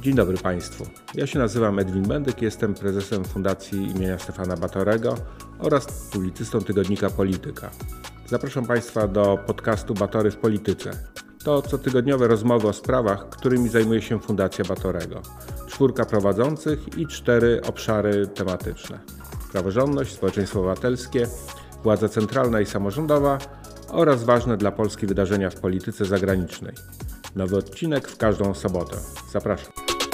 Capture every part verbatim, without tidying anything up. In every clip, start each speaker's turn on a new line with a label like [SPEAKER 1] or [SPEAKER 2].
[SPEAKER 1] Dzień dobry Państwu. Ja się nazywam Edwin Bendyk, jestem prezesem Fundacji imienia Stefana Batorego oraz publicystą tygodnika Polityka. Zapraszam Państwa do podcastu Batory w Polityce. To cotygodniowe rozmowy o sprawach, którymi zajmuje się Fundacja Batorego. Czwórka prowadzących i cztery obszary tematyczne. Praworządność, społeczeństwo obywatelskie, władza centralna i samorządowa oraz ważne dla Polski wydarzenia w polityce zagranicznej. Nowy odcinek w każdą sobotę. Zapraszam.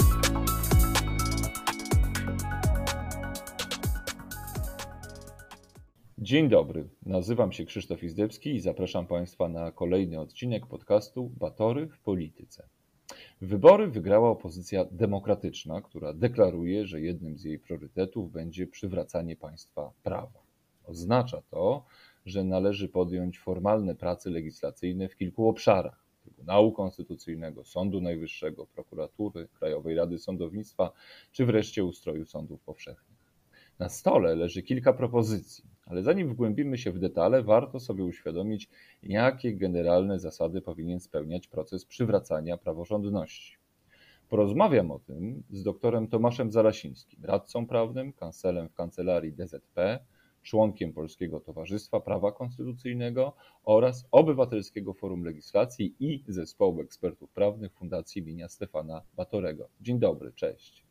[SPEAKER 2] Dzień dobry, nazywam się Krzysztof Izdebski i zapraszam Państwa na kolejny odcinek podcastu Batory w Polityce. Wybory wygrała opozycja demokratyczna, która deklaruje, że jednym z jej priorytetów będzie przywracanie państwa prawa. Oznacza to, że należy podjąć formalne prace legislacyjne w kilku obszarach: Trybunału Konstytucyjnego, Sądu Najwyższego, Prokuratury, Krajowej Rady Sądownictwa, czy wreszcie ustroju sądów powszechnych. Na stole leży kilka propozycji, ale zanim wgłębimy się w detale, warto sobie uświadomić, jakie generalne zasady powinien spełniać proces przywracania praworządności. Porozmawiam o tym z doktorem Tomaszem Zalasińskim, radcą prawnym, kancelem w Kancelarii D Z P, członkiem Polskiego Towarzystwa Prawa Konstytucyjnego oraz Obywatelskiego Forum Legislacji i Zespołu Ekspertów Prawnych Fundacji imienia Stefana Batorego. Dzień dobry, cześć.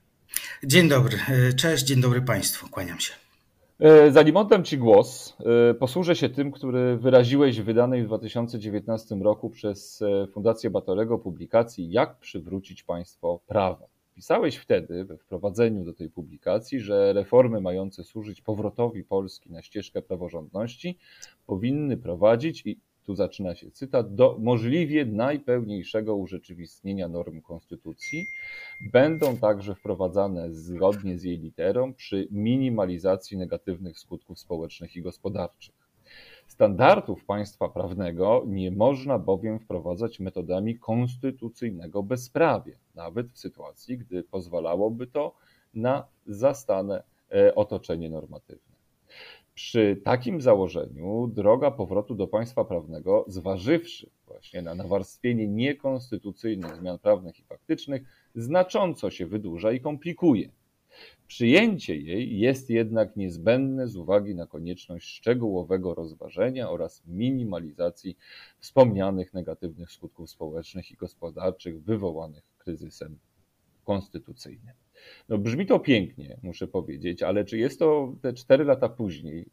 [SPEAKER 3] Dzień dobry, cześć, dzień dobry Państwu, kłaniam się.
[SPEAKER 2] Zanim oddam Ci głos, posłużę się tym, który wyraziłeś w wydanej w dwa tysiące dziewiętnastym roku przez Fundację Batorego publikacji Jak przywrócić państwo prawa. Pisałeś wtedy we wprowadzeniu do tej publikacji, że reformy mające służyć powrotowi Polski na ścieżkę praworządności powinny prowadzić, i tu zaczyna się cytat, do możliwie najpełniejszego urzeczywistnienia norm Konstytucji. Będą także wprowadzane zgodnie z jej literą przy minimalizacji negatywnych skutków społecznych i gospodarczych. Standardów państwa prawnego nie można bowiem wprowadzać metodami konstytucyjnego bezprawia, nawet w sytuacji, gdy pozwalałoby to na zastane otoczenie normatywne. Przy takim założeniu droga powrotu do państwa prawnego, zważywszy właśnie na nawarstwienie niekonstytucyjnych zmian prawnych i faktycznych, znacząco się wydłuża i komplikuje. Przyjęcie jej jest jednak niezbędne z uwagi na konieczność szczegółowego rozważenia oraz minimalizacji wspomnianych negatywnych skutków społecznych i gospodarczych wywołanych kryzysem konstytucyjnym. No, brzmi to pięknie, muszę powiedzieć, ale czy jest to te cztery lata później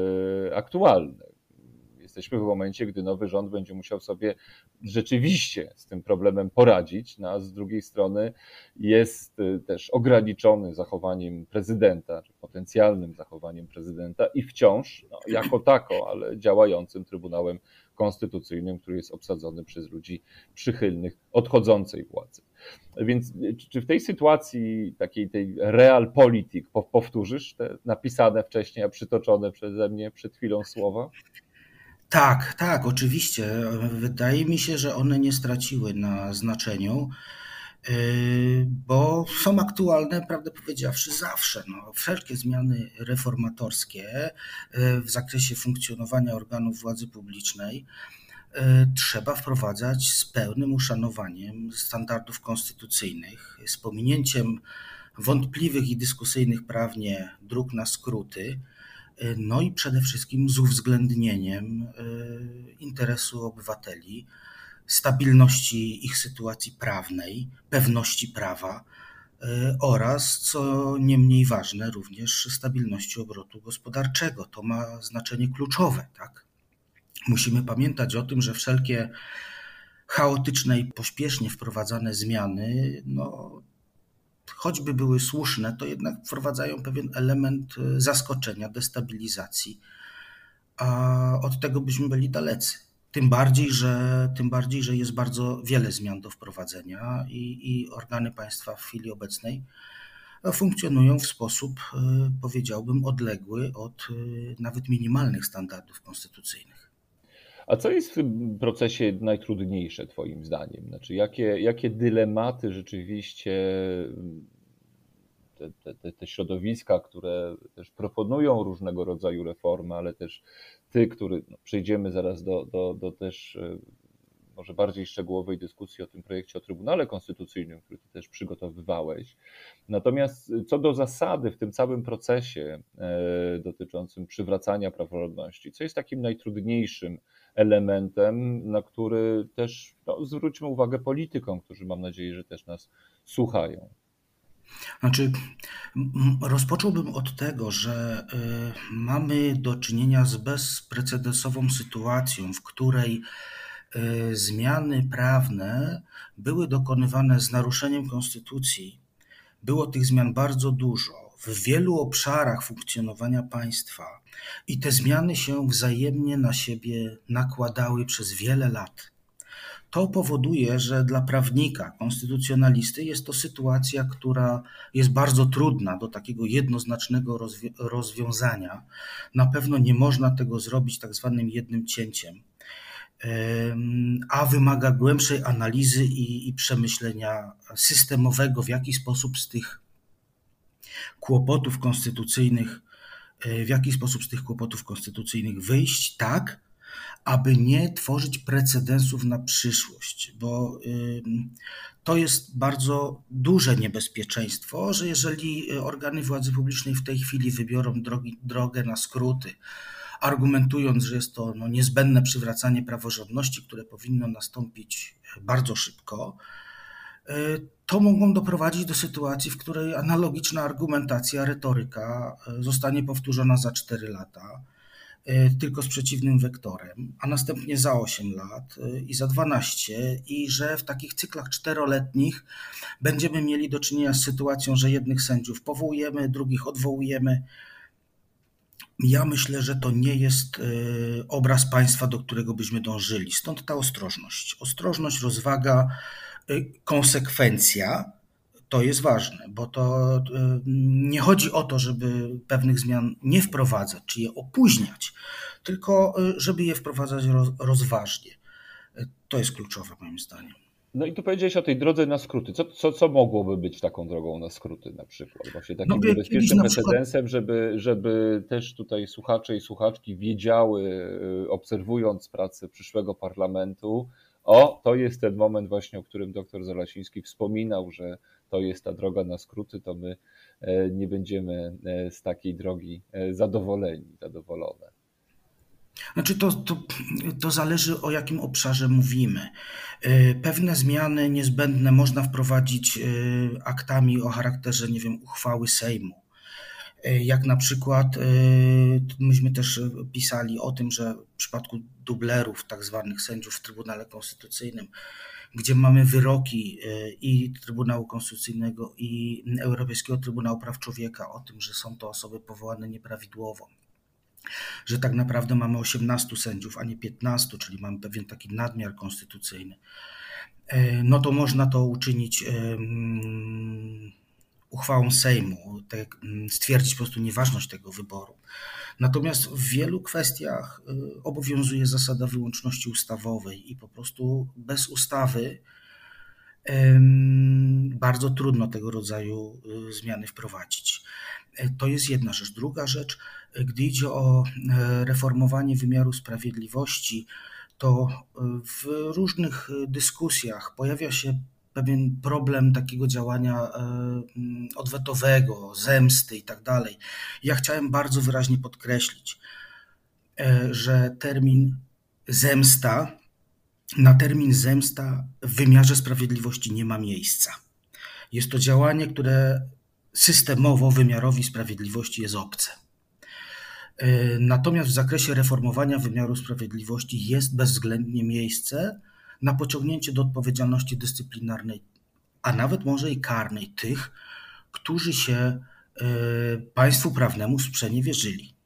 [SPEAKER 2] e, aktualne? Jesteśmy w momencie, gdy nowy rząd będzie musiał sobie rzeczywiście z tym problemem poradzić, no a z drugiej strony jest też ograniczony zachowaniem prezydenta, czy potencjalnym zachowaniem prezydenta i wciąż, no, jako tako, ale działającym Trybunałem Konstytucyjnym, który jest obsadzony przez ludzi przychylnych odchodzącej władzy. Więc czy w tej sytuacji takiej tej realpolitik powtórzysz te napisane wcześniej, a przytoczone przeze mnie przed chwilą słowa?
[SPEAKER 3] Tak, tak, oczywiście. Wydaje mi się, że one nie straciły na znaczeniu, bo są aktualne, prawdę powiedziawszy, zawsze. No, wszelkie zmiany reformatorskie w zakresie funkcjonowania organów władzy publicznej trzeba wprowadzać z pełnym uszanowaniem standardów konstytucyjnych, z pominięciem wątpliwych i dyskusyjnych prawnie dróg na skróty, no i przede wszystkim z uwzględnieniem interesu obywateli, stabilności ich sytuacji prawnej, pewności prawa oraz, co nie mniej ważne, również stabilności obrotu gospodarczego. To ma znaczenie kluczowe, tak? Musimy pamiętać o tym, że wszelkie chaotyczne i pośpiesznie wprowadzane zmiany, no, choćby były słuszne, to jednak wprowadzają pewien element zaskoczenia, destabilizacji, a od tego byśmy byli dalecy. Tym bardziej, że, tym bardziej, że jest bardzo wiele zmian do wprowadzenia i, i organy państwa w chwili obecnej funkcjonują w sposób, powiedziałbym, odległy od nawet minimalnych standardów konstytucyjnych.
[SPEAKER 2] A co jest w tym procesie najtrudniejsze Twoim zdaniem? Znaczy, jakie, jakie dylematy rzeczywiście te, te, te środowiska, które też proponują różnego rodzaju reformy, ale też ty, który, no, przejdziemy zaraz do, do, do też może bardziej szczegółowej dyskusji o tym projekcie o Trybunale Konstytucyjnym, który ty też przygotowywałeś. Natomiast co do zasady w tym całym procesie dotyczącym przywracania praworządności, co jest takim najtrudniejszym elementem, na który też no, zwróćmy uwagę politykom, którzy mam nadzieję, że też nas słuchają.
[SPEAKER 3] Znaczy, rozpocząłbym od tego, że y, mamy do czynienia z bezprecedensową sytuacją, w której y, zmiany prawne były dokonywane z naruszeniem konstytucji. Było tych zmian bardzo dużo w wielu obszarach funkcjonowania państwa i te zmiany się wzajemnie na siebie nakładały przez wiele lat. To powoduje, że dla prawnika, konstytucjonalisty jest to sytuacja, która jest bardzo trudna do takiego jednoznacznego rozwi- rozwiązania. Na pewno nie można tego zrobić tak zwanym jednym cięciem, a wymaga głębszej analizy i, i przemyślenia systemowego, w jaki sposób z tych kłopotów konstytucyjnych, w jaki sposób z tych kłopotów konstytucyjnych wyjść tak, aby nie tworzyć precedensów na przyszłość, bo to jest bardzo duże niebezpieczeństwo, że jeżeli organy władzy publicznej w tej chwili wybiorą drogi, drogę na skróty, argumentując, że jest to no, niezbędne przywracanie praworządności, które powinno nastąpić bardzo szybko, to mogą doprowadzić do sytuacji, w której analogiczna argumentacja, retoryka zostanie powtórzona za cztery lata, tylko z przeciwnym wektorem, a następnie za osiem lat i za dwanaście i że w takich cyklach czteroletnich będziemy mieli do czynienia z sytuacją, że jednych sędziów powołujemy, drugich odwołujemy. Ja myślę, że to nie jest obraz państwa, do którego byśmy dążyli. Stąd ta ostrożność. Ostrożność, rozwaga, konsekwencja. To jest ważne, bo to nie chodzi o to, żeby pewnych zmian nie wprowadzać, czy je opóźniać, tylko żeby je wprowadzać rozważnie. To jest kluczowe moim zdaniem.
[SPEAKER 2] No i tu powiedziałeś o tej drodze na skróty. Co, co, co mogłoby być taką drogą na skróty na przykład? Właśnie takim no, niebezpiecznym precedensem, żeby, żeby też tutaj słuchacze i słuchaczki wiedziały, obserwując pracę przyszłego parlamentu, o, to jest ten moment właśnie, o którym doktor Zalasiński wspominał, że to jest ta droga na skróty, to my nie będziemy z takiej drogi zadowoleni, zadowolone.
[SPEAKER 3] Znaczy to, to, to zależy, o jakim obszarze mówimy. Pewne zmiany niezbędne można wprowadzić aktami o charakterze, nie wiem, uchwały Sejmu. Jak na przykład myśmy też pisali o tym, że w przypadku dublerów, tak zwanych sędziów w Trybunale Konstytucyjnym, gdzie mamy wyroki i Trybunału Konstytucyjnego i Europejskiego Trybunału Praw Człowieka o tym, że są to osoby powołane nieprawidłowo, że tak naprawdę mamy osiemnastu sędziów, a nie piętnastu, czyli mamy pewien taki nadmiar konstytucyjny, no to można to uczynić uchwałą Sejmu, stwierdzić po prostu nieważność tego wyboru. Natomiast w wielu kwestiach obowiązuje zasada wyłączności ustawowej i po prostu bez ustawy bardzo trudno tego rodzaju zmiany wprowadzić. To jest jedna rzecz. Druga rzecz, gdy idzie o reformowanie wymiaru sprawiedliwości, to w różnych dyskusjach pojawia się pewien problem takiego działania odwetowego, zemsty i tak dalej. Ja chciałem bardzo wyraźnie podkreślić, że termin zemsta, na termin zemsta w wymiarze sprawiedliwości nie ma miejsca. Jest to działanie, które systemowo wymiarowi sprawiedliwości jest obce. Natomiast w zakresie reformowania wymiaru sprawiedliwości jest bezwzględnie miejsce na pociągnięcie do odpowiedzialności dyscyplinarnej, a nawet może i karnej tych, którzy się państwu prawnemu sprzeniewierzyli.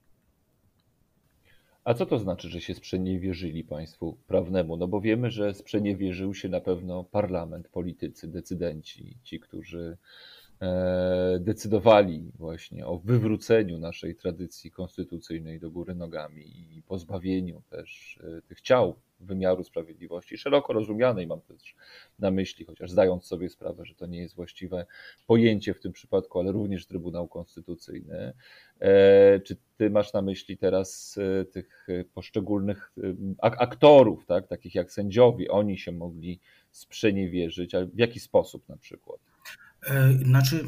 [SPEAKER 2] A co to znaczy, że się sprzeniewierzyli państwu prawnemu? No bo wiemy, że sprzeniewierzył się na pewno parlament, politycy, decydenci, ci, którzy decydowali właśnie o wywróceniu naszej tradycji konstytucyjnej do góry nogami i pozbawieniu też tych ciał wymiaru sprawiedliwości, szeroko rozumianej mam też na myśli, chociaż zdając sobie sprawę, że to nie jest właściwe pojęcie w tym przypadku, ale również Trybunał Konstytucyjny. Czy ty masz na myśli teraz tych poszczególnych aktorów, tak, takich jak sędziowie, oni się mogli sprzeniewierzyć, ale w jaki sposób na przykład?
[SPEAKER 3] Znaczy,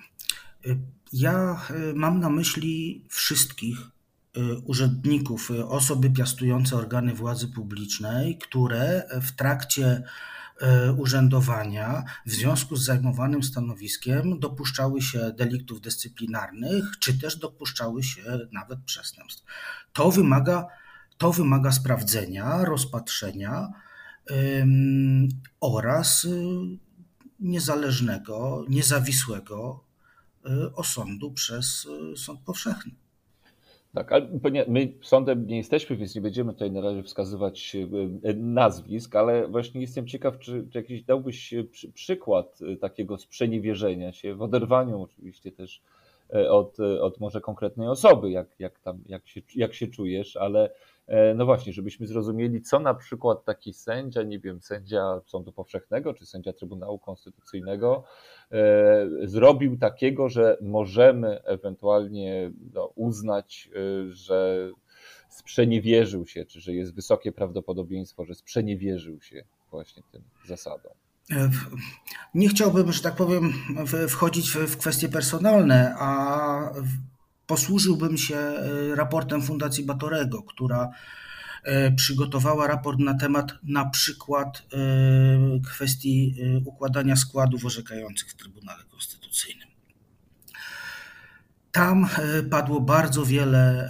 [SPEAKER 3] ja mam na myśli wszystkich urzędników, osoby piastujące organy władzy publicznej, które w trakcie urzędowania w związku z zajmowanym stanowiskiem dopuszczały się deliktów dyscyplinarnych, czy też dopuszczały się nawet przestępstw. To wymaga, to wymaga sprawdzenia, rozpatrzenia ym, oraz niezależnego, niezawisłego osądu przez sąd powszechny.
[SPEAKER 2] Tak, ale my sądem nie jesteśmy, więc nie będziemy tutaj na razie wskazywać nazwisk, ale właśnie jestem ciekaw, czy, czy jakiś dałbyś przykład takiego sprzeniewierzenia się, w oderwaniu oczywiście też od, od może konkretnej osoby, jak, jak, tam, jak, się, jak się czujesz, ale no właśnie, żebyśmy zrozumieli, co na przykład taki sędzia, nie wiem, sędzia Sądu Powszechnego czy sędzia Trybunału Konstytucyjnego e, zrobił takiego, że możemy ewentualnie no, uznać, e, że sprzeniewierzył się, czy że jest wysokie prawdopodobieństwo, że sprzeniewierzył się właśnie tym zasadom.
[SPEAKER 3] Nie chciałbym, że tak powiem, wchodzić w kwestie personalne, a posłużyłbym się raportem Fundacji Batorego, która przygotowała raport na temat na przykład kwestii układania składów orzekających w Trybunale Konstytucyjnym. Tam padło bardzo wiele,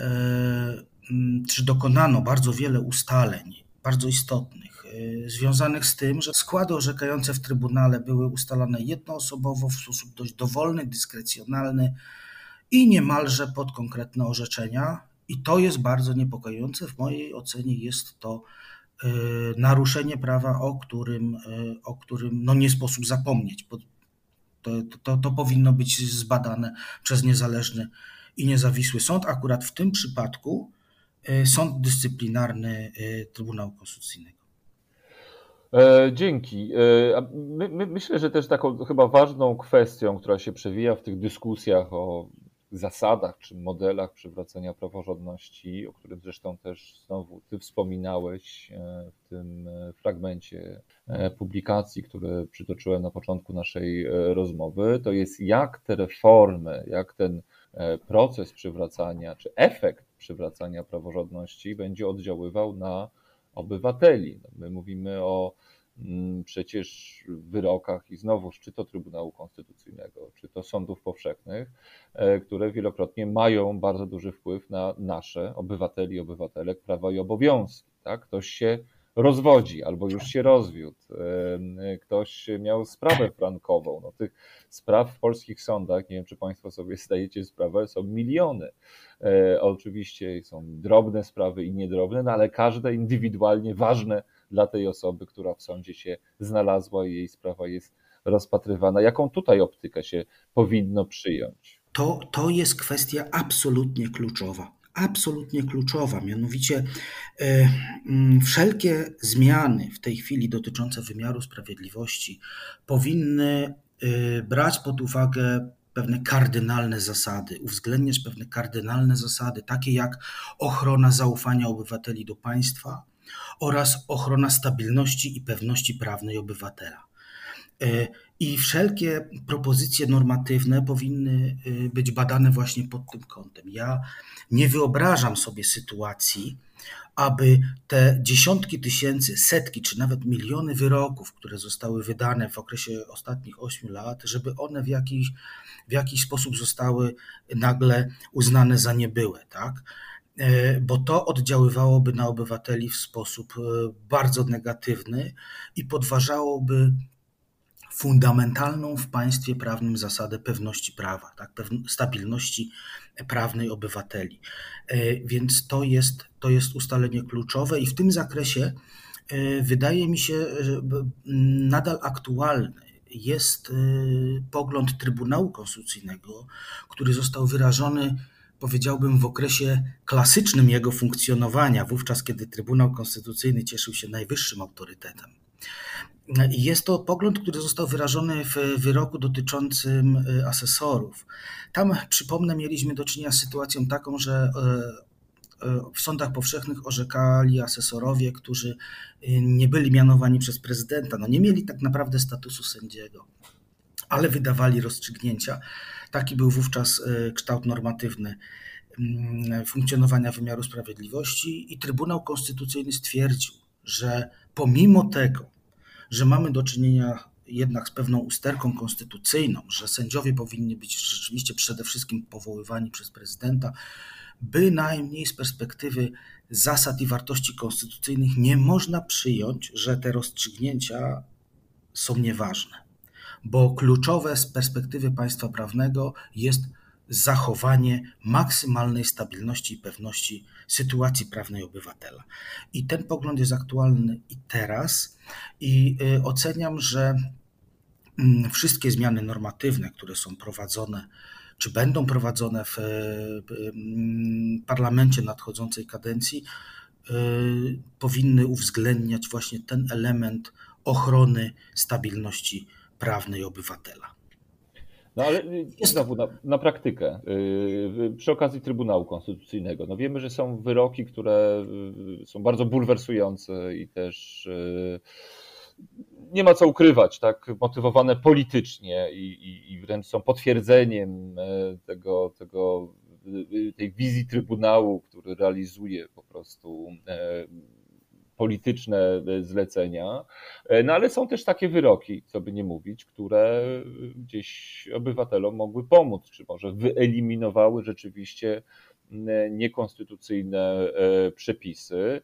[SPEAKER 3] czy dokonano bardzo wiele ustaleń, bardzo istotnych, związanych z tym, że składy orzekające w Trybunale były ustalane jednoosobowo, w sposób dość dowolny, dyskrecjonalny i niemalże pod konkretne orzeczenia. I to jest bardzo niepokojące. W mojej ocenie jest to naruszenie prawa, o którym, o którym no nie sposób zapomnieć. To, to, to powinno być zbadane przez niezależny i niezawisły sąd. Akurat w tym przypadku Sąd Dyscyplinarny Trybunału Konstytucyjnego.
[SPEAKER 2] Dzięki. My, my, myślę, że też taką chyba ważną kwestią, która się przewija w tych dyskusjach o zasadach czy modelach przywracania praworządności, o którym zresztą też znowu ty wspominałeś w tym fragmencie publikacji, które przytoczyłem na początku naszej rozmowy, to jest jak te reformy, jak ten proces przywracania, czy efekt przywracania praworządności będzie oddziaływał na obywateli. My mówimy o przecież wyrokach i znowuż czy to Trybunału Konstytucyjnego, czy to sądów powszechnych, które wielokrotnie mają bardzo duży wpływ na nasze obywateli, obywatelek, prawa i obowiązki. Tak? Ktoś się rozwodzi albo już się rozwiódł, ktoś miał sprawę frankową. No, tych spraw w polskich sądach, nie wiem, czy Państwo sobie zdajecie sprawę, są miliony. E, oczywiście są drobne sprawy i niedrobne, no, ale każde indywidualnie ważne dla tej osoby, która w sądzie się znalazła i jej sprawa jest rozpatrywana. Jaką tutaj optykę się powinno przyjąć?
[SPEAKER 3] To, to jest kwestia absolutnie kluczowa. Absolutnie kluczowa, mianowicie e, wszelkie zmiany w tej chwili dotyczące wymiaru sprawiedliwości powinny e, brać pod uwagę pewne kardynalne zasady, uwzględniać pewne kardynalne zasady, takie jak ochrona zaufania obywateli do państwa oraz ochrona stabilności i pewności prawnej obywatela. E, I wszelkie propozycje normatywne powinny być badane właśnie pod tym kątem. Ja nie wyobrażam sobie sytuacji, aby te dziesiątki tysięcy, setki czy nawet miliony wyroków, które zostały wydane w okresie ostatnich ośmiu lat, żeby one w jakiś, w jakiś sposób zostały nagle uznane za niebyłe, tak? Bo to oddziaływałoby na obywateli w sposób bardzo negatywny i podważałoby fundamentalną w państwie prawnym zasadę pewności prawa, tak, stabilności prawnej obywateli. Więc to jest, to jest ustalenie kluczowe i w tym zakresie wydaje mi się nadal aktualny jest pogląd Trybunału Konstytucyjnego, który został wyrażony, powiedziałbym, w okresie klasycznym jego funkcjonowania, wówczas kiedy Trybunał Konstytucyjny cieszył się najwyższym autorytetem. Jest to pogląd, który został wyrażony w wyroku dotyczącym asesorów. Tam, przypomnę, mieliśmy do czynienia z sytuacją taką, że w sądach powszechnych orzekali asesorowie, którzy nie byli mianowani przez prezydenta. No nie mieli tak naprawdę statusu sędziego, ale wydawali rozstrzygnięcia. Taki był wówczas kształt normatywny funkcjonowania wymiaru sprawiedliwości i Trybunał Konstytucyjny stwierdził, że pomimo tego, że mamy do czynienia jednak z pewną usterką konstytucyjną, że sędziowie powinni być rzeczywiście przede wszystkim powoływani przez prezydenta, bynajmniej z perspektywy zasad i wartości konstytucyjnych nie można przyjąć, że te rozstrzygnięcia są nieważne, bo kluczowe z perspektywy państwa prawnego jest zachowanie maksymalnej stabilności i pewności sytuacji prawnej obywatela. I ten pogląd jest aktualny i teraz i oceniam, że wszystkie zmiany normatywne, które są prowadzone, czy będą prowadzone w parlamencie nadchodzącej kadencji, powinny uwzględniać właśnie ten element ochrony stabilności prawnej obywatela.
[SPEAKER 2] No ale znowu na, na praktykę, przy okazji Trybunału Konstytucyjnego, no wiemy, że są wyroki, które są bardzo bulwersujące i też nie ma co ukrywać, tak, motywowane politycznie i, i, i wręcz są potwierdzeniem tego, tego, tej wizji Trybunału, który realizuje po prostu polityczne zlecenia, no ale są też takie wyroki, co by nie mówić, które gdzieś obywatelom mogły pomóc, czy może wyeliminowały rzeczywiście niekonstytucyjne przepisy.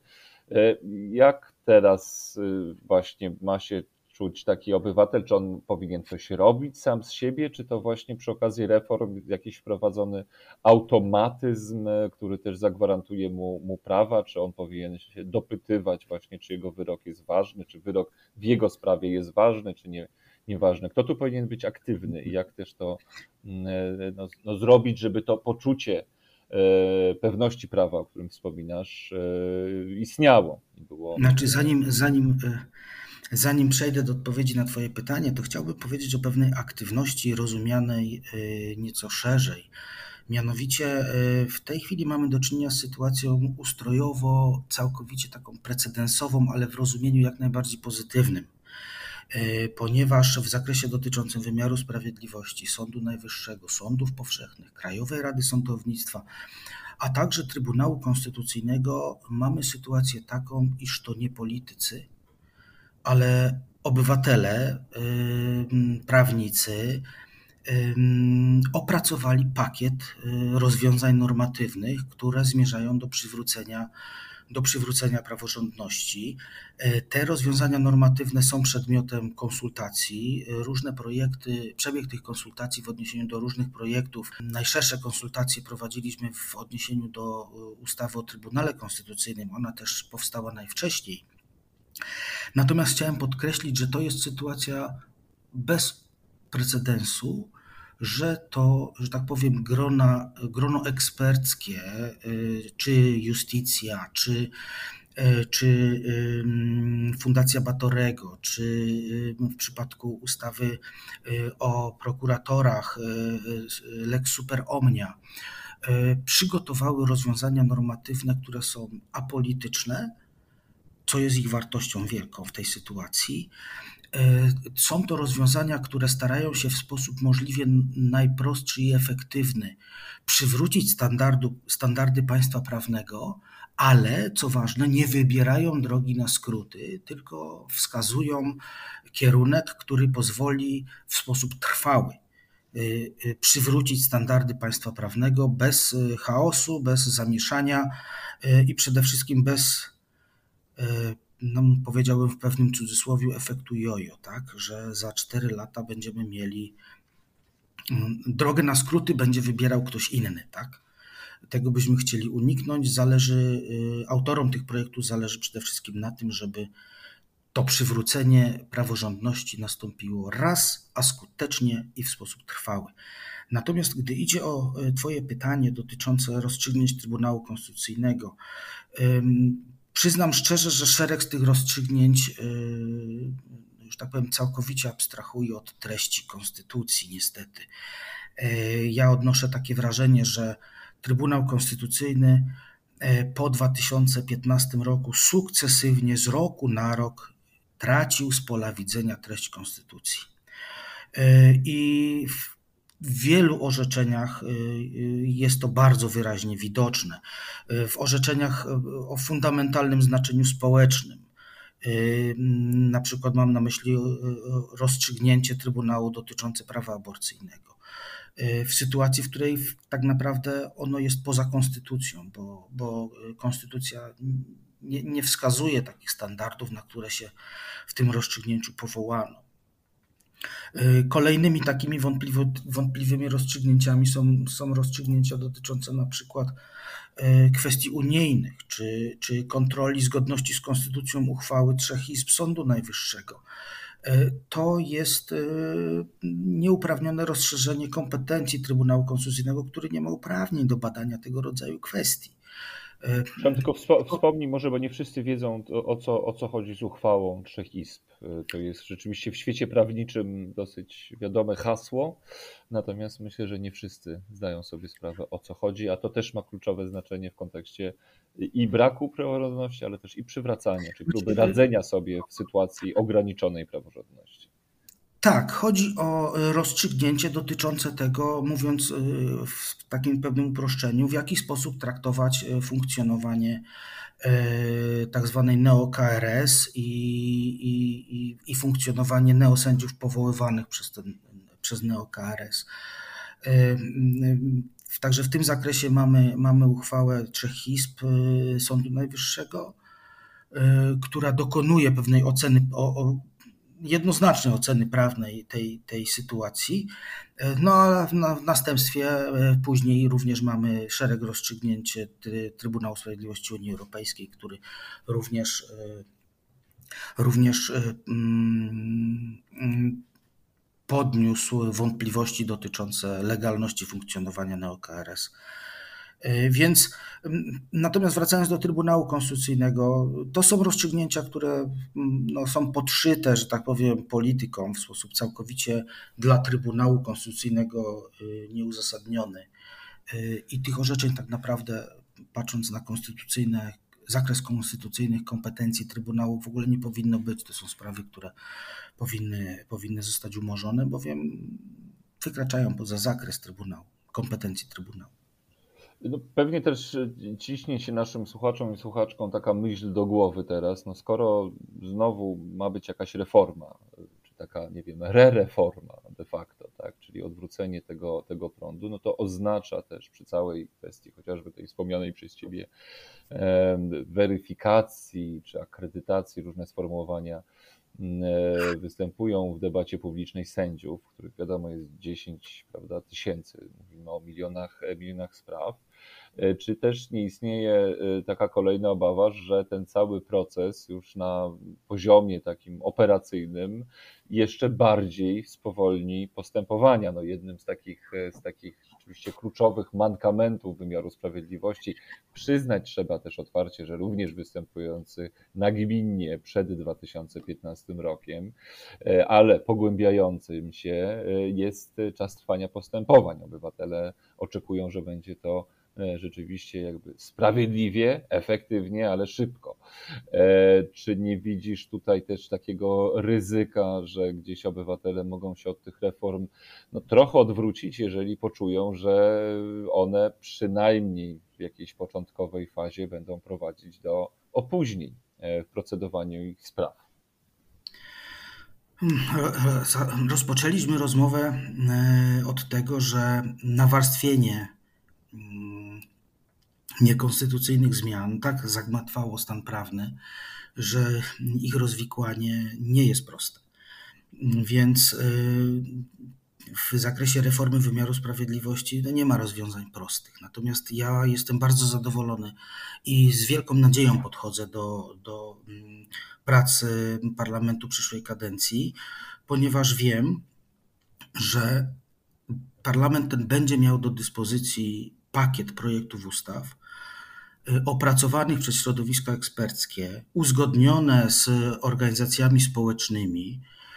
[SPEAKER 2] Jak teraz właśnie ma się czuć taki obywatel? Czy on powinien coś robić sam z siebie, czy to właśnie przy okazji reform jakiś wprowadzony automatyzm, który też zagwarantuje mu, mu prawa, czy on powinien się dopytywać właśnie, czy jego wyrok jest ważny, czy wyrok w jego sprawie jest ważny, czy nie, nieważny. Kto tu powinien być aktywny i jak też to no, no, zrobić, żeby to poczucie pewności prawa, o którym wspominasz, istniało. Było...
[SPEAKER 3] Znaczy zanim, zanim, zanim przejdę do odpowiedzi na Twoje pytanie, to chciałbym powiedzieć o pewnej aktywności rozumianej nieco szerzej. Mianowicie w tej chwili mamy do czynienia z sytuacją ustrojowo całkowicie taką precedensową, ale w rozumieniu jak najbardziej pozytywnym. Ponieważ w zakresie dotyczącym wymiaru sprawiedliwości, Sądu Najwyższego, sądów powszechnych, Krajowej Rady Sądownictwa, a także Trybunału Konstytucyjnego mamy sytuację taką, iż to nie politycy, ale obywatele, prawnicy opracowali pakiet rozwiązań normatywnych, które zmierzają do przywrócenia do przywrócenia praworządności. Te rozwiązania normatywne są przedmiotem konsultacji. Różne projekty, przebieg tych konsultacji w odniesieniu do różnych projektów. Najszersze konsultacje prowadziliśmy w odniesieniu do ustawy o Trybunale Konstytucyjnym. Ona też powstała najwcześniej. Natomiast chciałem podkreślić, że to jest sytuacja bez precedensu, że to, że tak powiem, grona, grono eksperckie, czy Justicja, czy, czy Fundacja Batorego, czy w przypadku ustawy o prokuratorach Lex Super Omnia, przygotowały rozwiązania normatywne, które są apolityczne, co jest ich wartością wielką w tej sytuacji. Są to rozwiązania, które starają się w sposób możliwie najprostszy i efektywny przywrócić standardu, standardy państwa prawnego, ale co ważne, nie wybierają drogi na skróty, tylko wskazują kierunek, który pozwoli w sposób trwały przywrócić standardy państwa prawnego bez chaosu, bez zamieszania i przede wszystkim bez, no, powiedziałbym w pewnym cudzysłowie, efektu jojo, tak, że za cztery lata będziemy mieli drogę na skróty, będzie wybierał ktoś inny, tak. Tego byśmy chcieli uniknąć. Zależy, autorom tych projektów zależy przede wszystkim na tym, żeby to przywrócenie praworządności nastąpiło raz, a skutecznie i w sposób trwały. Natomiast gdy idzie o Twoje pytanie dotyczące rozstrzygnięć Trybunału Konstytucyjnego, przyznam szczerze, że szereg z tych rozstrzygnięć, już tak powiem, całkowicie abstrahuje od treści Konstytucji, niestety. Ja odnoszę takie wrażenie, że Trybunał Konstytucyjny po dwa tysiące piętnastym roku sukcesywnie z roku na rok tracił z pola widzenia treść Konstytucji. I w wielu orzeczeniach jest to bardzo wyraźnie widoczne. W orzeczeniach o fundamentalnym znaczeniu społecznym, na przykład mam na myśli rozstrzygnięcie Trybunału dotyczące prawa aborcyjnego, w sytuacji, w której tak naprawdę ono jest poza konstytucją, bo, bo konstytucja nie, nie wskazuje takich standardów, na które się w tym rozstrzygnięciu powołano. Kolejnymi takimi wątpliwy, wątpliwymi rozstrzygnięciami są, są rozstrzygnięcia dotyczące na przykład kwestii unijnych, czy, czy kontroli zgodności z konstytucją uchwały trzech izb Sądu Najwyższego. To jest nieuprawnione rozszerzenie kompetencji Trybunału Konstytucyjnego, który nie ma uprawnień do badania tego rodzaju kwestii.
[SPEAKER 2] Chciałem tylko wspomnij może, bo nie wszyscy wiedzą o co, o co chodzi z uchwałą trzech izb. To jest rzeczywiście w świecie prawniczym dosyć wiadome hasło, natomiast myślę, że nie wszyscy zdają sobie sprawę, o co chodzi, a to też ma kluczowe znaczenie w kontekście i braku praworządności, ale też i przywracania, czy próby radzenia sobie w sytuacji ograniczonej praworządności.
[SPEAKER 3] Tak, chodzi o rozstrzygnięcie dotyczące tego, mówiąc w takim pewnym uproszczeniu, w jaki sposób traktować funkcjonowanie tak zwanej neo-K R S i, i, i funkcjonowanie neosędziów powoływanych przez, ten, przez neo-K R S. Także w tym zakresie mamy, mamy uchwałę trzech izb Sądu Najwyższego, która dokonuje pewnej oceny, o, o, jednoznacznej oceny prawnej tej, tej sytuacji. No a w, na, w następstwie później również mamy szereg rozstrzygnięć Trybunału Sprawiedliwości Unii Europejskiej, który również, również podniósł wątpliwości dotyczące legalności funkcjonowania neo-K R S. Więc natomiast wracając do Trybunału Konstytucyjnego, to są rozstrzygnięcia, które no, są podszyte, że tak powiem, polityką w sposób całkowicie dla Trybunału Konstytucyjnego nieuzasadniony. I tych orzeczeń tak naprawdę, patrząc na konstytucyjne, zakres konstytucyjnych kompetencji Trybunału, w ogóle nie powinno być. To są sprawy, które powinny, powinny zostać umorzone, bowiem wykraczają poza zakres Trybunału, kompetencji Trybunału.
[SPEAKER 2] No, pewnie też ciśnie się naszym słuchaczom i słuchaczkom taka myśl do głowy teraz, no skoro znowu ma być jakaś reforma, czy taka, nie wiem, re-reforma de facto, tak, czyli odwrócenie tego, tego prądu, no to oznacza też przy całej kwestii chociażby tej wspomnianej przez Ciebie e, weryfikacji czy akredytacji, różne sformułowania e, występują w debacie publicznej sędziów, których wiadomo jest dziesięć, prawda, tysięcy, mówimy o milionach, milionach spraw. Czy też nie istnieje taka kolejna obawa, że ten cały proces już na poziomie takim operacyjnym jeszcze bardziej spowolni postępowania? No jednym z takich, z takich oczywiście kluczowych mankamentów wymiaru sprawiedliwości, przyznać trzeba też otwarcie, że również występujący nagminnie przed dwa tysiące piętnastym rokiem, ale pogłębiającym się jest czas trwania postępowań. Obywatele oczekują, że będzie to rzeczywiście jakby sprawiedliwie, efektywnie, ale szybko. Czy nie widzisz tutaj też takiego ryzyka, że gdzieś obywatele mogą się od tych reform no, trochę odwrócić, jeżeli poczują, że one przynajmniej w jakiejś początkowej fazie będą prowadzić do opóźnień w procedowaniu ich spraw?
[SPEAKER 3] Rozpoczęliśmy rozmowę od tego, że nawarstwienie niekonstytucyjnych zmian tak zagmatwało stan prawny, że ich rozwikłanie nie jest proste. Więc w zakresie reformy wymiaru sprawiedliwości no nie ma rozwiązań prostych. Natomiast ja jestem bardzo zadowolony i z wielką nadzieją podchodzę do, do pracy parlamentu przyszłej kadencji, ponieważ wiem, że parlament ten będzie miał do dyspozycji pakiet projektów ustaw opracowanych przez środowiska eksperckie, uzgodnione z organizacjami społecznymi,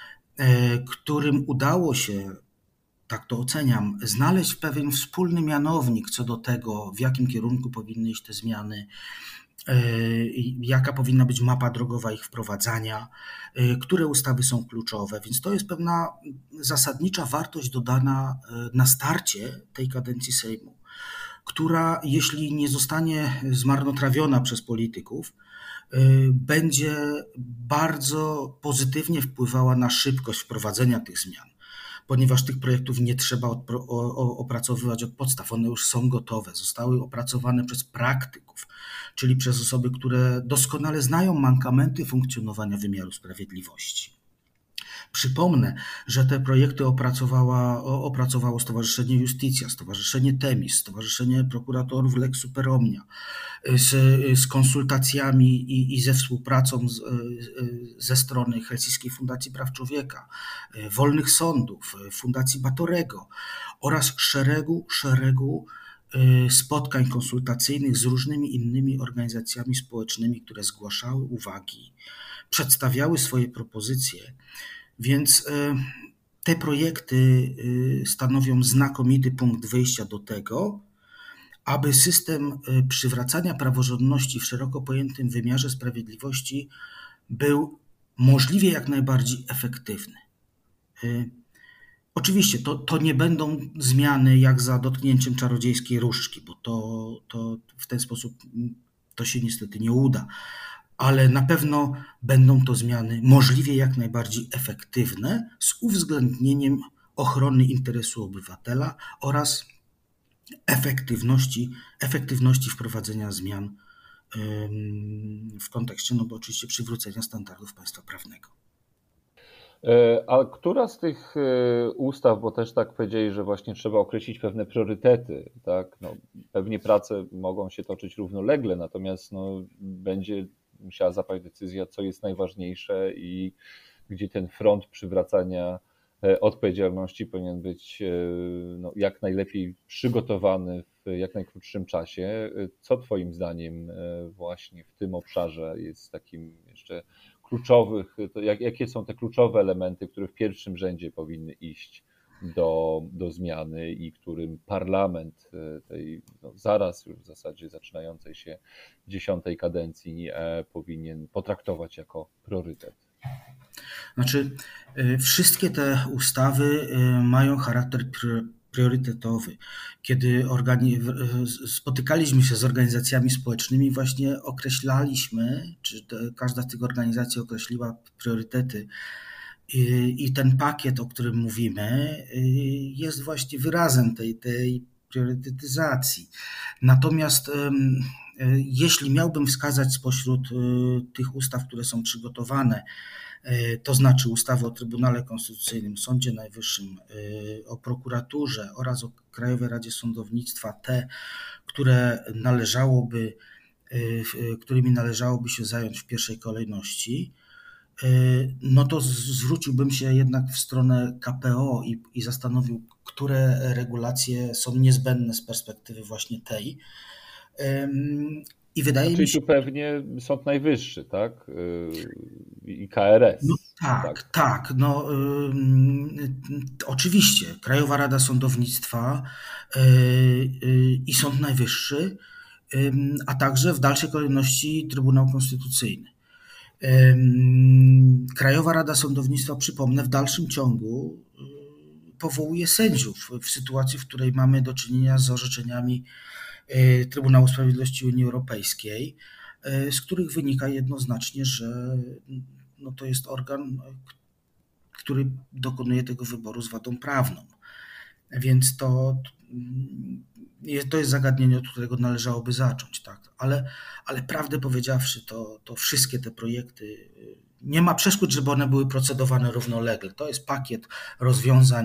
[SPEAKER 3] którym udało się, tak to oceniam, znaleźć pewien wspólny mianownik co do tego, w jakim kierunku powinny iść te zmiany, jaka powinna być mapa drogowa ich wprowadzania, które ustawy są kluczowe. Więc to jest pewna zasadnicza wartość dodana na starcie tej kadencji Sejmu, która, jeśli nie zostanie zmarnotrawiona przez polityków, będzie bardzo pozytywnie wpływała na szybkość wprowadzenia tych zmian, ponieważ tych projektów nie trzeba opracowywać od podstaw, one już są gotowe, zostały opracowane przez praktyków, czyli przez osoby, które doskonale znają mankamenty funkcjonowania wymiaru sprawiedliwości. Przypomnę, że te projekty opracowała, opracowało Stowarzyszenie Iustitia, Stowarzyszenie Temis, Stowarzyszenie Prokuratorów Lex Super Omnia, z, z konsultacjami i, i ze współpracą z, ze strony Helsińskiej Fundacji Praw Człowieka, Wolnych Sądów, Fundacji Batorego oraz szeregu, szeregu spotkań konsultacyjnych z różnymi innymi organizacjami społecznymi, które zgłaszały uwagi, przedstawiały swoje propozycje. Więc te projekty stanowią znakomity punkt wyjścia do tego, aby system przywracania praworządności w szeroko pojętym wymiarze sprawiedliwości był możliwie jak najbardziej efektywny. Oczywiście to, to nie będą zmiany jak za dotknięciem czarodziejskiej różdżki, bo to, to w ten sposób to się niestety nie uda. Ale na pewno będą to zmiany możliwie jak najbardziej efektywne z uwzględnieniem ochrony interesu obywatela oraz efektywności, efektywności wprowadzenia zmian w kontekście, no bo oczywiście przywrócenia standardów państwa prawnego.
[SPEAKER 2] A która z tych ustaw, bo też tak powiedzieli, że właśnie trzeba określić pewne priorytety, tak? No, pewnie prace mogą się toczyć równolegle, natomiast no, będzie musiała zapaść decyzja, co jest najważniejsze i gdzie ten front przywracania odpowiedzialności powinien być no, jak najlepiej przygotowany w jak najkrótszym czasie. Co Twoim zdaniem właśnie w tym obszarze jest takim jeszcze kluczowych, to jak, jakie są te kluczowe elementy, które w pierwszym rzędzie powinny iść do, do zmiany i którym parlament tej no, zaraz już w zasadzie zaczynającej się dziesiątej kadencji powinien potraktować jako priorytet?
[SPEAKER 3] Znaczy, wszystkie te ustawy mają charakter priorytetowy. Kiedy organi- spotykaliśmy się z organizacjami społecznymi, właśnie określaliśmy, czy te, każda z tych organizacji określiła priorytety i, i ten pakiet, o którym mówimy, jest właśnie wyrazem tej, tej priorytetyzacji. Natomiast jeśli miałbym wskazać spośród tych ustaw, które są przygotowane, to znaczy ustawy o Trybunale Konstytucyjnym, Sądzie Najwyższym, o prokuraturze oraz o Krajowej Radzie Sądownictwa, te, które należałoby, którymi należałoby się zająć w pierwszej kolejności, no to zwróciłbym się jednak w stronę K P O i, i zastanowił, które regulacje są niezbędne z perspektywy właśnie tej. I wydaje
[SPEAKER 2] Czyli
[SPEAKER 3] mi się,
[SPEAKER 2] tu pewnie Sąd Najwyższy, tak? I K R S.
[SPEAKER 3] No tak, tak, tak. No, y, y, oczywiście Krajowa Rada Sądownictwa y, y, i Sąd Najwyższy, y, a także w dalszej kolejności Trybunał Konstytucyjny. Y, Krajowa Rada Sądownictwa, przypomnę, w dalszym ciągu y, powołuje sędziów w sytuacji, w której mamy do czynienia z orzeczeniami y, Trybunału Sprawiedliwości Unii Europejskiej, y, z których wynika jednoznacznie, że no to jest organ, który dokonuje tego wyboru z wadą prawną. Więc to, to jest zagadnienie, od którego należałoby zacząć. Tak? Ale, ale prawdę powiedziawszy, to, to wszystkie te projekty, nie ma przeszkód, żeby one były procedowane równolegle. To jest pakiet rozwiązań,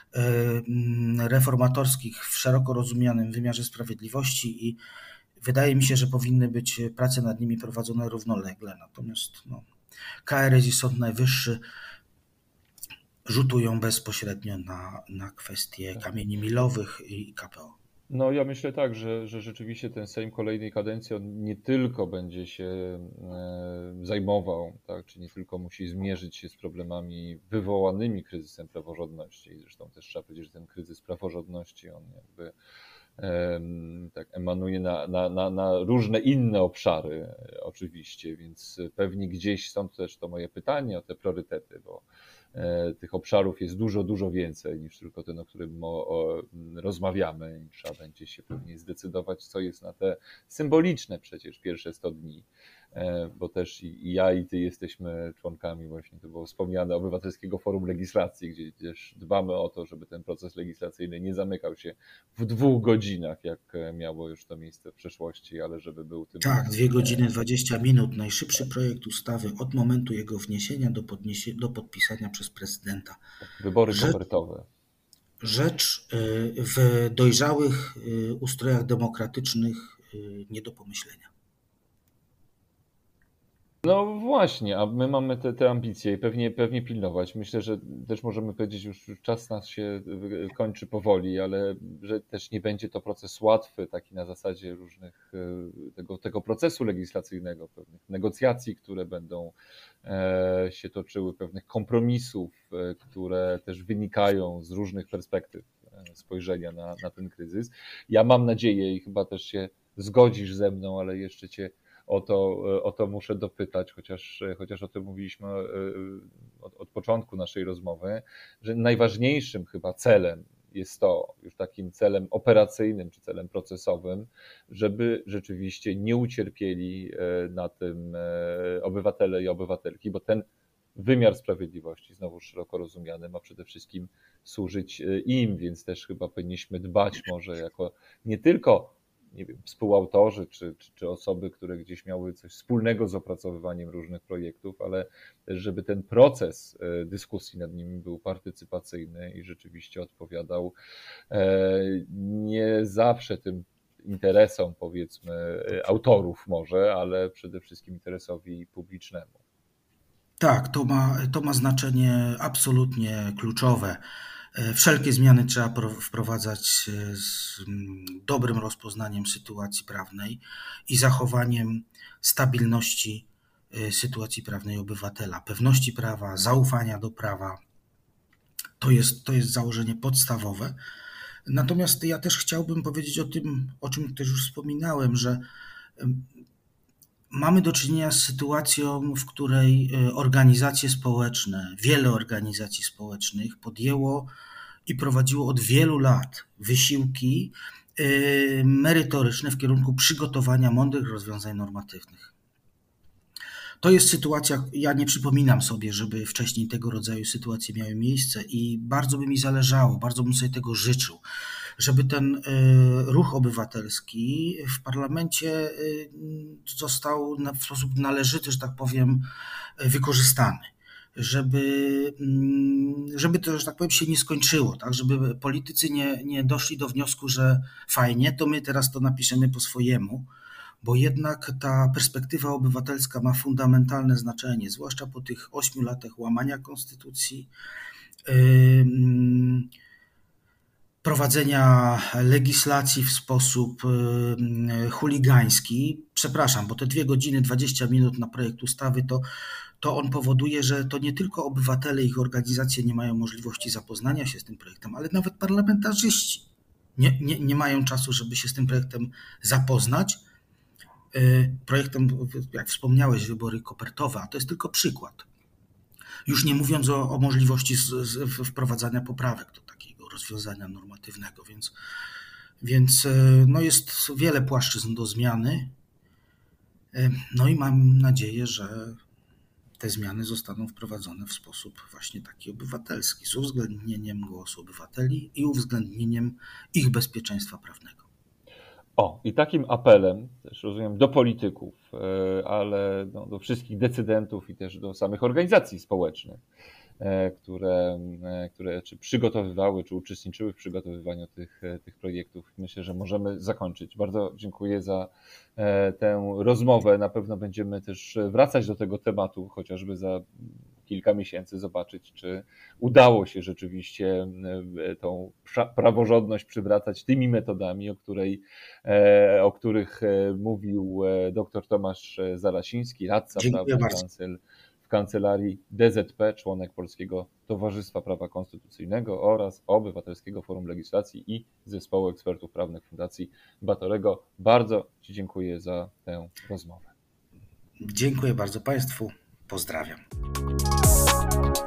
[SPEAKER 3] reformatorskich w szeroko rozumianym wymiarze sprawiedliwości i wydaje mi się, że powinny być prace nad nimi prowadzone równolegle. Natomiast no, K R S i Sąd Najwyższy rzutują bezpośrednio na, na kwestie kamieni milowych i K P O.
[SPEAKER 2] No ja myślę tak, że, że rzeczywiście ten Sejm kolejnej kadencji on nie tylko będzie się zajmował, tak, czy nie tylko musi zmierzyć się z problemami wywołanymi kryzysem praworządności. Zresztą też trzeba powiedzieć, że ten kryzys praworządności on jakby tak emanuje na, na, na, na różne inne obszary oczywiście, więc pewnie gdzieś stąd też to moje pytanie o te priorytety, bo tych obszarów jest dużo, dużo więcej niż tylko ten, o którym o, o, rozmawiamy i trzeba będzie się pewnie zdecydować, co jest na te symboliczne przecież pierwsze sto dni, bo też i, i ja i ty jesteśmy członkami właśnie, to było wspomniane, Obywatelskiego Forum Legislacji, gdzie też dbamy o to, żeby ten proces legislacyjny nie zamykał się w dwóch godzinach, jak miało już to miejsce w przeszłości, ale żeby był tym...
[SPEAKER 3] Tak, dwie godziny dwadzieścia minut, najszybszy projekt ustawy od momentu jego wniesienia do, podniesie, do podpisania przez prezydenta.
[SPEAKER 2] Wybory
[SPEAKER 3] Rzecz,
[SPEAKER 2] kopertowe.
[SPEAKER 3] Rzecz w dojrzałych ustrojach demokratycznych nie do pomyślenia.
[SPEAKER 2] No właśnie, a my mamy te, te ambicje i pewnie, pewnie pilnować. Myślę, że też możemy powiedzieć, już czas nas się kończy powoli, ale że też nie będzie to proces łatwy, taki na zasadzie różnych tego, tego procesu legislacyjnego, pewnych negocjacji, które będą się toczyły, pewnych kompromisów, które też wynikają z różnych perspektyw spojrzenia na, na ten kryzys. Ja mam nadzieję i chyba też się zgodzisz ze mną, ale jeszcze cię O to, o to muszę dopytać, chociaż, chociaż o tym mówiliśmy od, od początku naszej rozmowy, że najważniejszym chyba celem jest to, już takim celem operacyjnym czy celem procesowym, żeby rzeczywiście nie ucierpieli na tym obywatele i obywatelki, bo ten wymiar sprawiedliwości, znowu szeroko rozumiany, ma przede wszystkim służyć im, więc też chyba powinniśmy dbać może jako nie tylko nie wiem, współautorzy czy, czy, czy osoby, które gdzieś miały coś wspólnego z opracowywaniem różnych projektów, ale też żeby ten proces dyskusji nad nimi był partycypacyjny i rzeczywiście odpowiadał nie zawsze tym interesom, powiedzmy, autorów może, ale przede wszystkim interesowi publicznemu.
[SPEAKER 3] Tak, to ma, to ma znaczenie absolutnie kluczowe. Wszelkie zmiany trzeba wprowadzać z dobrym rozpoznaniem sytuacji prawnej i zachowaniem stabilności sytuacji prawnej obywatela, pewności prawa, zaufania do prawa. To jest, to jest założenie podstawowe. Natomiast ja też chciałbym powiedzieć o tym, o czym też już wspominałem, że mamy do czynienia z sytuacją, w której organizacje społeczne, wiele organizacji społecznych podjęło i prowadziło od wielu lat wysiłki merytoryczne w kierunku przygotowania mądrych rozwiązań normatywnych. To jest sytuacja, ja nie przypominam sobie, żeby wcześniej tego rodzaju sytuacje miały miejsce i bardzo by mi zależało, bardzo bym sobie tego życzył, żeby ten ruch obywatelski w parlamencie został w sposób należyty, że tak powiem, wykorzystany. Żeby, żeby to, że tak powiem, się nie skończyło, tak? Żeby politycy nie, nie doszli do wniosku, że fajnie, to my teraz to napiszemy po swojemu, bo jednak ta perspektywa obywatelska ma fundamentalne znaczenie, zwłaszcza po tych ośmiu latach łamania konstytucji, yy, prowadzenia legislacji w sposób chuligański. Przepraszam, bo te dwie godziny dwadzieścia minut na projekt ustawy to, to on powoduje, że to nie tylko obywatele i ich organizacje nie mają możliwości zapoznania się z tym projektem, ale nawet parlamentarzyści nie, nie, nie mają czasu, żeby się z tym projektem zapoznać. Projektem, jak wspomniałeś, wybory kopertowe, a to jest tylko przykład. Już nie mówiąc o, o możliwości z, z, wprowadzania poprawek do takiego rozwiązania normatywnego, więc, więc no jest wiele płaszczyzn do zmiany. No i mam nadzieję, że te zmiany zostaną wprowadzone w sposób właśnie taki obywatelski, z uwzględnieniem głosu obywateli i uwzględnieniem ich bezpieczeństwa prawnego.
[SPEAKER 2] O, i takim apelem, też rozumiem, do polityków, ale no, do wszystkich decydentów i też do samych organizacji społecznych, które, które czy przygotowywały, czy uczestniczyły w przygotowywaniu tych, tych projektów. Myślę, że możemy zakończyć. Bardzo dziękuję za tę rozmowę. Na pewno będziemy też wracać do tego tematu, chociażby za kilka miesięcy, zobaczyć, czy udało się rzeczywiście tą praworządność przywracać tymi metodami, o, której, o których mówił dr Tomasz Zalasiński, radca prawny kancel, w kancelarii D Z P, członek Polskiego Towarzystwa Prawa Konstytucyjnego oraz Obywatelskiego Forum Legislacji i Zespołu Ekspertów Prawnych Fundacji Batorego. Bardzo Ci dziękuję za tę rozmowę.
[SPEAKER 3] Dziękuję bardzo Państwu. Pozdrawiam.